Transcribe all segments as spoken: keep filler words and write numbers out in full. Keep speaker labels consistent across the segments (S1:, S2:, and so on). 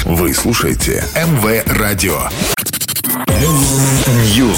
S1: Вы слушаете эм вэ Радио. News.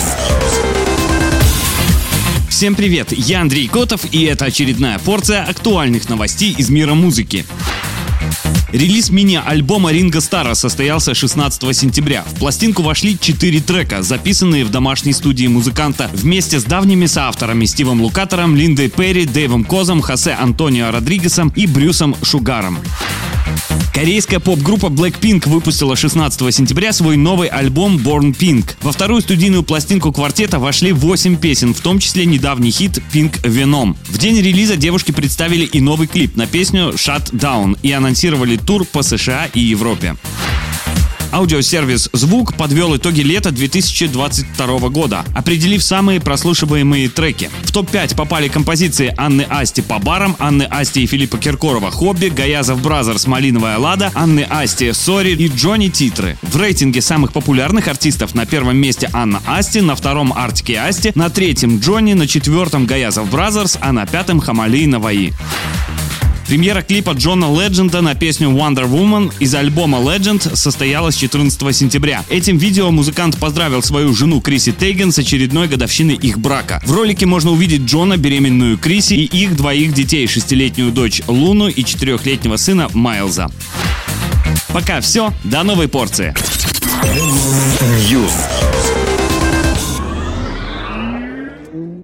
S2: Всем привет, я Андрей Котов, и это очередная порция актуальных новостей из мира музыки. Релиз мини-альбома Ринго Старра состоялся шестнадцатого сентября. В пластинку вошли четыре трека, записанные в домашней студии музыканта вместе с давними соавторами Стивом Лукатером, Линдой Перри, Дэйвом Козом, Хосе Антонио Родригесом и Брюсом Шугаром. Корейская поп-группа Blackpink выпустила шестнадцатого сентября свой новый альбом Born Pink. Во вторую студийную пластинку квартета вошли восемь песен, в том числе недавний хит Pink Venom. В день релиза девушки представили и новый клип на песню Shut Down и анонсировали тур по США и Европе. Аудиосервис «Звук» подвел итоги лета две тысячи двадцать второго года, определив самые прослушиваемые треки. В топ пять попали композиции Анны Асти «По барам», Анны Асти и Филиппа Киркорова «Хобби», Гаязов Бразерс «Малиновая лада», Анны Асти «Sorry» и Джонни «Титры». В рейтинге самых популярных артистов на первом месте Анна Асти, на втором Артик и Асти, на третьем Джонни, на четвертом Гаязов Бразерс, а на пятом Хамали и Наваи. Премьера клипа Джона Ледженда на песню Wonder Woman из альбома Legend состоялась четырнадцатого сентября. Этим видео музыкант поздравил свою жену Криси Тейген с очередной годовщиной их брака. В ролике можно увидеть Джона, беременную Криси и их двоих детей, шестилетнюю дочь Луну и четырехлетнего сына Майлза. Пока все, до новой порции.
S1: News.